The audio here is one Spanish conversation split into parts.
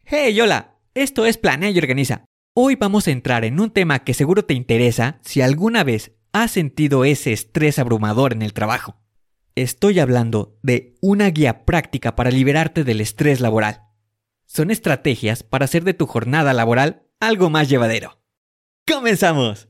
Hey, hola, esto es Planea y Organiza. Hoy vamos a entrar en un tema que seguro te interesa si alguna vez has sentido ese estrés abrumador en el trabajo. Estoy hablando de una guía práctica para liberarte del estrés laboral. Son estrategias para hacer de tu jornada laboral algo más llevadero. ¡Comenzamos!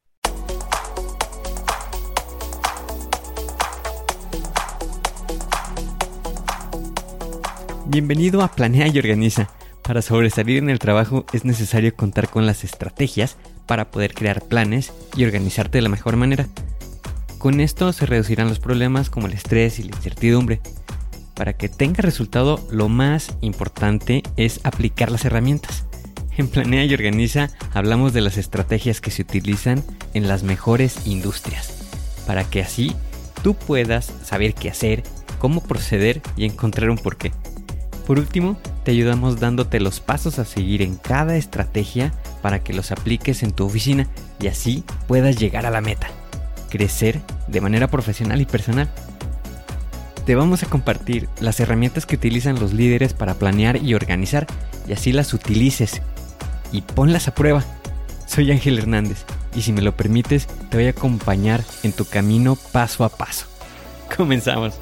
Bienvenido a Planea y Organiza. Para sobresalir en el trabajo es necesario contar con las estrategias para poder crear planes y organizarte de la mejor manera. Con esto se reducirán los problemas como el estrés y la incertidumbre. Para que tenga resultado, lo más importante es aplicar las herramientas. En Planea y Organiza hablamos de las estrategias que se utilizan en las mejores industrias, para que así tú puedas saber qué hacer, cómo proceder y encontrar un porqué. Por último, te ayudamos dándote los pasos a seguir en cada estrategia para que los apliques en tu oficina y así puedas llegar a la meta, crecer de manera profesional y personal. Te vamos a compartir las herramientas que utilizan los líderes para planear y organizar y así las utilices y ponlas a prueba. Soy Ángel Hernández y si me lo permites te voy a acompañar en tu camino paso a paso. Comenzamos.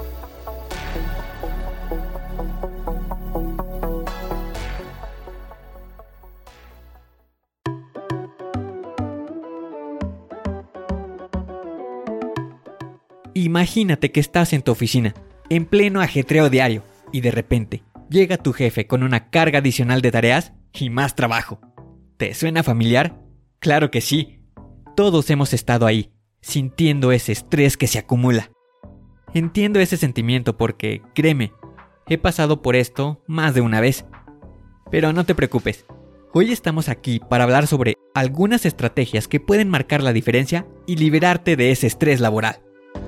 Imagínate que estás en tu oficina, en pleno ajetreo diario, y de repente llega tu jefe con una carga adicional de tareas y más trabajo. ¿Te suena familiar? Claro que sí. Todos hemos estado ahí, sintiendo ese estrés que se acumula. Entiendo ese sentimiento porque, créeme, he pasado por esto más de una vez. Pero no te preocupes, hoy estamos aquí para hablar sobre algunas estrategias que pueden marcar la diferencia y liberarte de ese estrés laboral.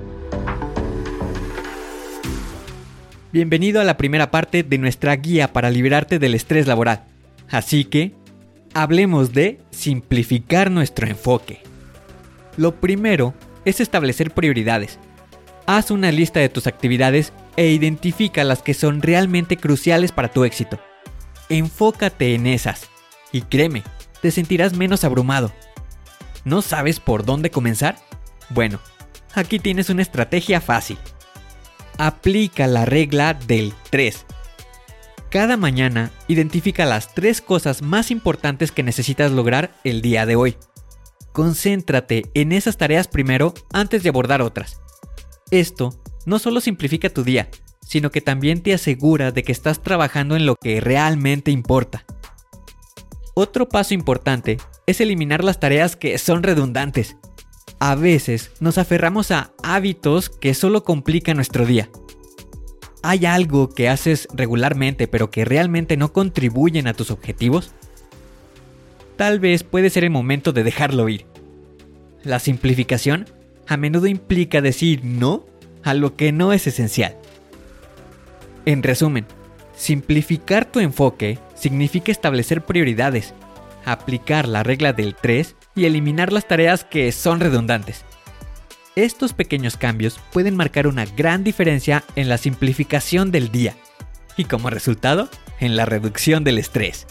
Bienvenido a la primera parte de nuestra guía para liberarte del estrés laboral. Así que, hablemos de simplificar nuestro enfoque. Lo primero es establecer prioridades. Haz una lista de tus actividades e identifica las que son realmente cruciales para tu éxito. Enfócate en esas y créeme, te sentirás menos abrumado. ¿No sabes por dónde comenzar? Bueno, aquí tienes una estrategia fácil. Aplica la regla del 3. Cada mañana identifica las 3 cosas más importantes que necesitas lograr el día de hoy. Concéntrate en esas tareas primero antes de abordar otras. Esto no solo simplifica tu día, sino que también te asegura de que estás trabajando en lo que realmente importa. Otro paso importante es eliminar las tareas que son redundantes. A veces nos aferramos a hábitos que solo complican nuestro día. ¿Hay algo que haces regularmente pero que realmente no contribuyen a tus objetivos? Tal vez puede ser el momento de dejarlo ir. La simplificación a menudo implica decir no a lo que no es esencial. En resumen, simplificar tu enfoque significa establecer prioridades, aplicar la regla del 3 y eliminar las tareas que son redundantes. Estos pequeños cambios pueden marcar una gran diferencia en la simplificación del día y como resultado, en la reducción del estrés.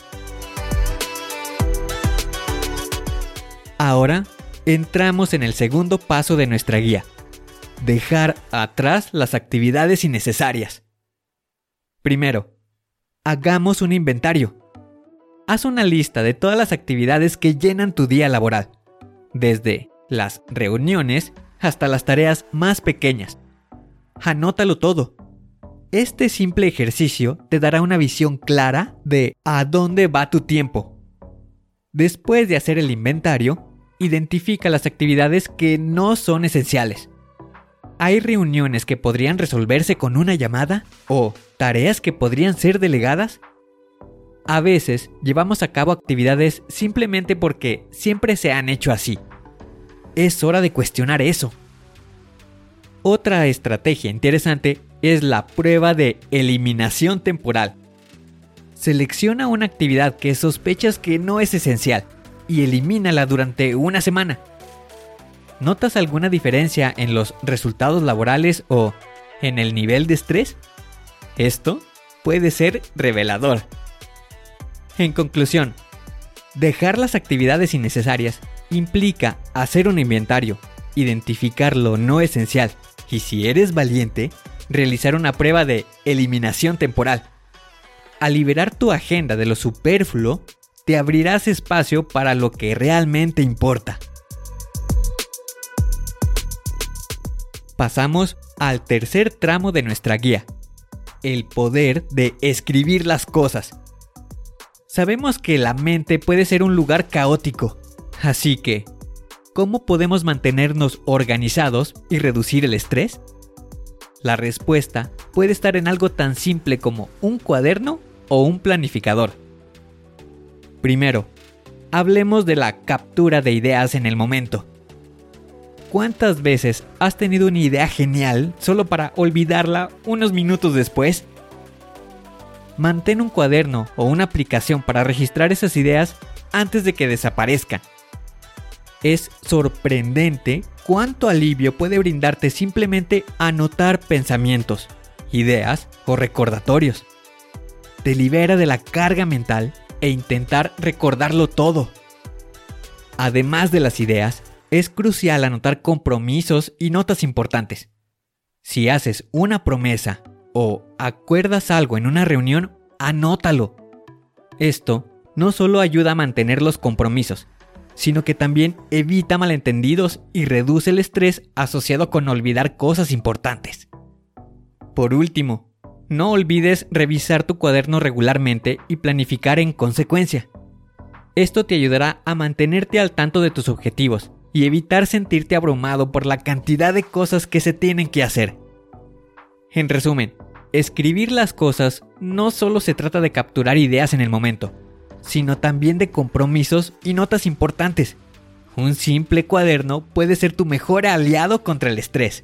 Ahora, entramos en el segundo paso de nuestra guía: dejar atrás las actividades innecesarias. Primero, hagamos un inventario. Haz una lista de todas las actividades que llenan tu día laboral, desde las reuniones hasta las tareas más pequeñas. Anótalo todo. Este simple ejercicio te dará una visión clara de a dónde va tu tiempo. Después de hacer el inventario, identifica las actividades que no son esenciales. ¿Hay reuniones que podrían resolverse con una llamada? ¿O tareas que podrían ser delegadas? A veces llevamos a cabo actividades simplemente porque siempre se han hecho así. Es hora de cuestionar eso. Otra estrategia interesante es la prueba de eliminación temporal. Selecciona una actividad que sospechas que no es esencial y elimínala durante una semana. ¿Notas alguna diferencia en los resultados laborales o en el nivel de estrés? Esto puede ser revelador. En conclusión, dejar las actividades innecesarias implica hacer un inventario, identificar lo no esencial y, si eres valiente, realizar una prueba de eliminación temporal. Al liberar tu agenda de lo superfluo, te abrirás espacio para lo que realmente importa. Pasamos al tercer tramo de nuestra guía: el poder de escribir las cosas. Sabemos que la mente puede ser un lugar caótico, así que, ¿cómo podemos mantenernos organizados y reducir el estrés? La respuesta puede estar en algo tan simple como un cuaderno o un planificador. Primero, hablemos de la captura de ideas en el momento. ¿Cuántas veces has tenido una idea genial solo para olvidarla unos minutos después? Mantén un cuaderno o una aplicación para registrar esas ideas antes de que desaparezcan. Es sorprendente cuánto alivio puede brindarte simplemente anotar pensamientos, ideas o recordatorios. Te libera de la carga mental e intentar recordarlo todo. Además de las ideas, es crucial anotar compromisos y notas importantes. Si haces una promesa o acuerdas algo en una reunión, anótalo. Esto no solo ayuda a mantener los compromisos, sino que también evita malentendidos y reduce el estrés asociado con olvidar cosas importantes. Por último, no olvides revisar tu cuaderno regularmente y planificar en consecuencia. Esto te ayudará a mantenerte al tanto de tus objetivos y evitar sentirte abrumado por la cantidad de cosas que se tienen que hacer. En resumen, escribir las cosas no solo se trata de capturar ideas en el momento, sino también de compromisos y notas importantes. Un simple cuaderno puede ser tu mejor aliado contra el estrés.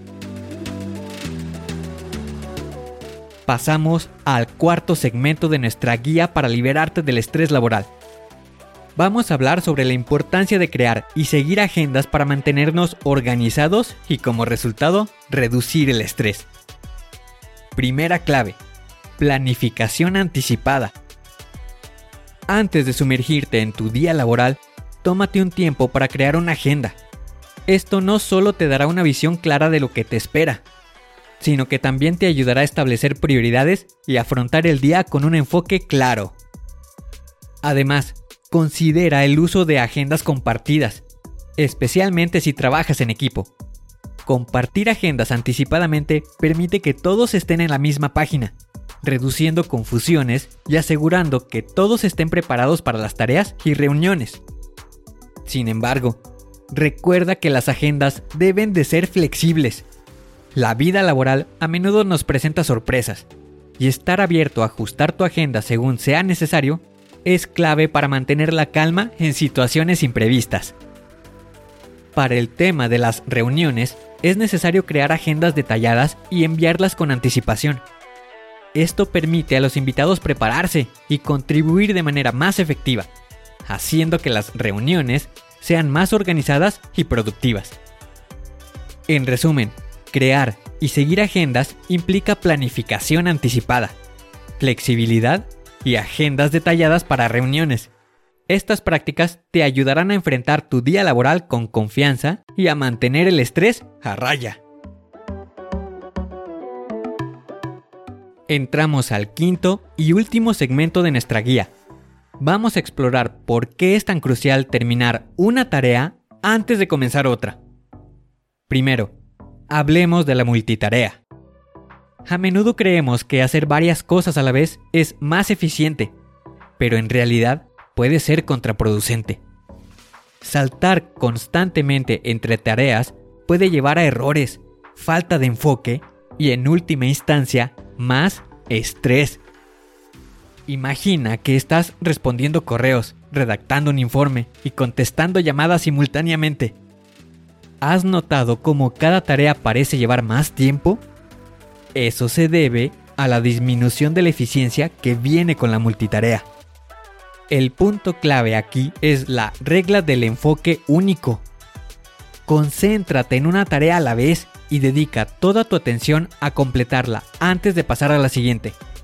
Pasamos al cuarto segmento de nuestra guía para liberarte del estrés laboral. Vamos a hablar sobre la importancia de crear y seguir agendas para mantenernos organizados y, como resultado, reducir el estrés. Primera clave: planificación anticipada. Antes de sumergirte en tu día laboral, tómate un tiempo para crear una agenda. Esto no solo te dará una visión clara de lo que te espera, sino que también te ayudará a establecer prioridades y afrontar el día con un enfoque claro. Además, considera el uso de agendas compartidas, especialmente si trabajas en equipo. Compartir agendas anticipadamente permite que todos estén en la misma página, reduciendo confusiones y asegurando que todos estén preparados para las tareas y reuniones. Sin embargo, recuerda que las agendas deben de ser flexibles. La vida laboral a menudo nos presenta sorpresas, y estar abierto a ajustar tu agenda según sea necesario es clave para mantener la calma en situaciones imprevistas. Para el tema de las reuniones, es necesario crear agendas detalladas y enviarlas con anticipación. Esto permite a los invitados prepararse y contribuir de manera más efectiva, haciendo que las reuniones sean más organizadas y productivas. En resumen, crear y seguir agendas implica planificación anticipada, flexibilidad y agendas detalladas para reuniones. Estas prácticas te ayudarán a enfrentar tu día laboral con confianza y a mantener el estrés a raya. Entramos al quinto y último segmento de nuestra guía. Vamos a explorar por qué es tan crucial terminar una tarea antes de comenzar otra. Primero, hablemos de la multitarea. A menudo creemos que hacer varias cosas a la vez es más eficiente, pero en realidad puede ser contraproducente. Saltar constantemente entre tareas puede llevar a errores, falta de enfoque y, en última instancia, más estrés. Imagina que estás respondiendo correos, redactando un informe y contestando llamadas simultáneamente. ¿Has notado cómo cada tarea parece llevar más tiempo? Eso se debe a la disminución de la eficiencia que viene con la multitarea. El punto clave aquí es la regla del enfoque único. Concéntrate en una tarea a la vez y dedica toda tu atención a completarla antes de pasar a la siguiente.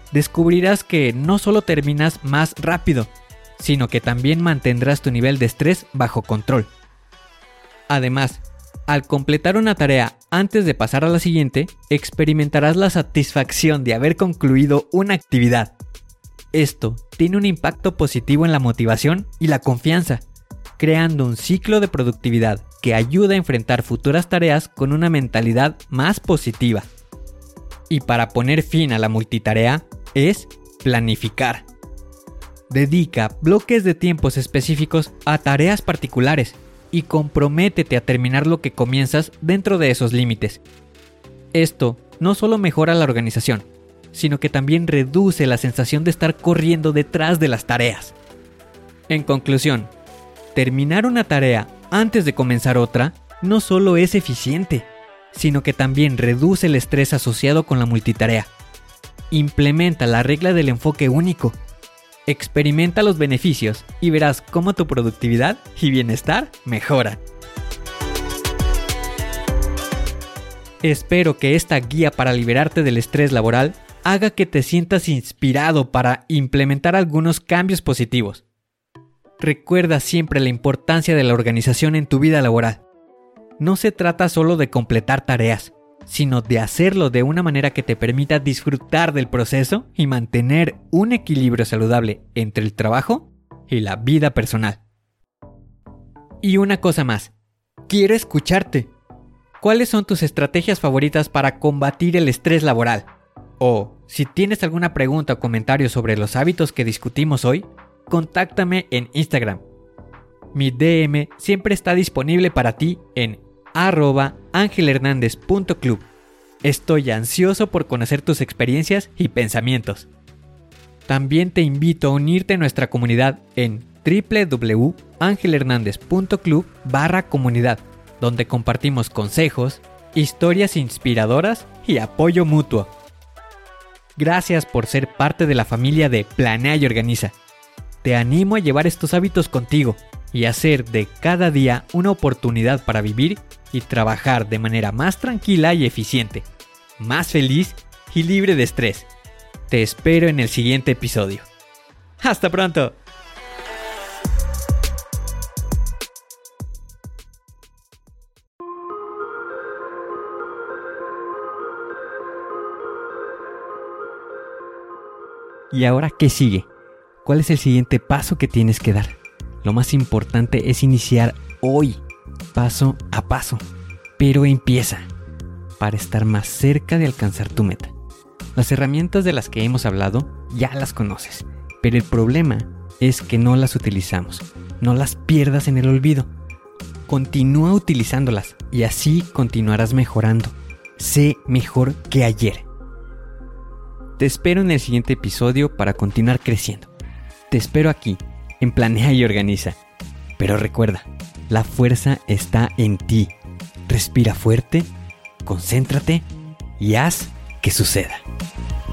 descubrirás que no solo terminas más rápido, sino que también mantendrás tu nivel de estrés bajo control. Además, al completar una tarea antes de pasar a la siguiente, experimentarás la satisfacción de haber concluido una actividad. Esto tiene un impacto positivo en la motivación y la confianza, creando un ciclo de productividad que ayuda a enfrentar futuras tareas con una mentalidad más positiva. Y para poner fin a la multitarea es planificar. Dedica bloques de tiempos específicos a tareas particulares y comprométete a terminar lo que comienzas dentro de esos límites. Esto no solo mejora la organización, sino que también reduce la sensación de estar corriendo detrás de las tareas. En conclusión, terminar una tarea antes de comenzar otra no solo es eficiente, sino que también reduce el estrés asociado con la multitarea. Implementa la regla del enfoque único. Experimenta los beneficios y verás cómo tu productividad y bienestar mejoran. Espero que esta guía para liberarte del estrés laboral haga que te sientas inspirado para implementar algunos cambios positivos. Recuerda siempre la importancia de la organización en tu vida laboral. No se trata solo de completar tareas, sino de hacerlo de una manera que te permita disfrutar del proceso y mantener un equilibrio saludable entre el trabajo y la vida personal. Y una cosa más, quiero escucharte. ¿Cuáles son tus estrategias favoritas para combatir el estrés laboral? O, si tienes alguna pregunta o comentario sobre los hábitos que discutimos hoy, contáctame en Instagram. Mi DM siempre está disponible para ti en @angelhernandez.club. Estoy ansioso por conocer tus experiencias y pensamientos. También te invito a unirte a nuestra comunidad en www.angelhernandez.club/comunidad, donde compartimos consejos, historias inspiradoras y apoyo mutuo. Gracias por ser parte de la familia de Planea y Organiza. Te animo a llevar estos hábitos contigo y hacer de cada día una oportunidad para vivir y trabajar de manera más tranquila y eficiente, más feliz y libre de estrés. Te espero en el siguiente episodio. ¡Hasta pronto! ¿Y ahora qué sigue? ¿Cuál es el siguiente paso que tienes que dar? Lo más importante es iniciar hoy, paso a paso. Pero empieza, para estar más cerca de alcanzar tu meta. Las herramientas de las que hemos hablado ya las conoces, pero el problema es que no las utilizamos. No las pierdas en el olvido. Continúa utilizándolas y así continuarás mejorando. Sé mejor que ayer. Te espero en el siguiente episodio para continuar creciendo. Te espero aquí, en Planea y Organiza. Pero recuerda, la fuerza está en ti. Respira fuerte, concéntrate y haz que suceda.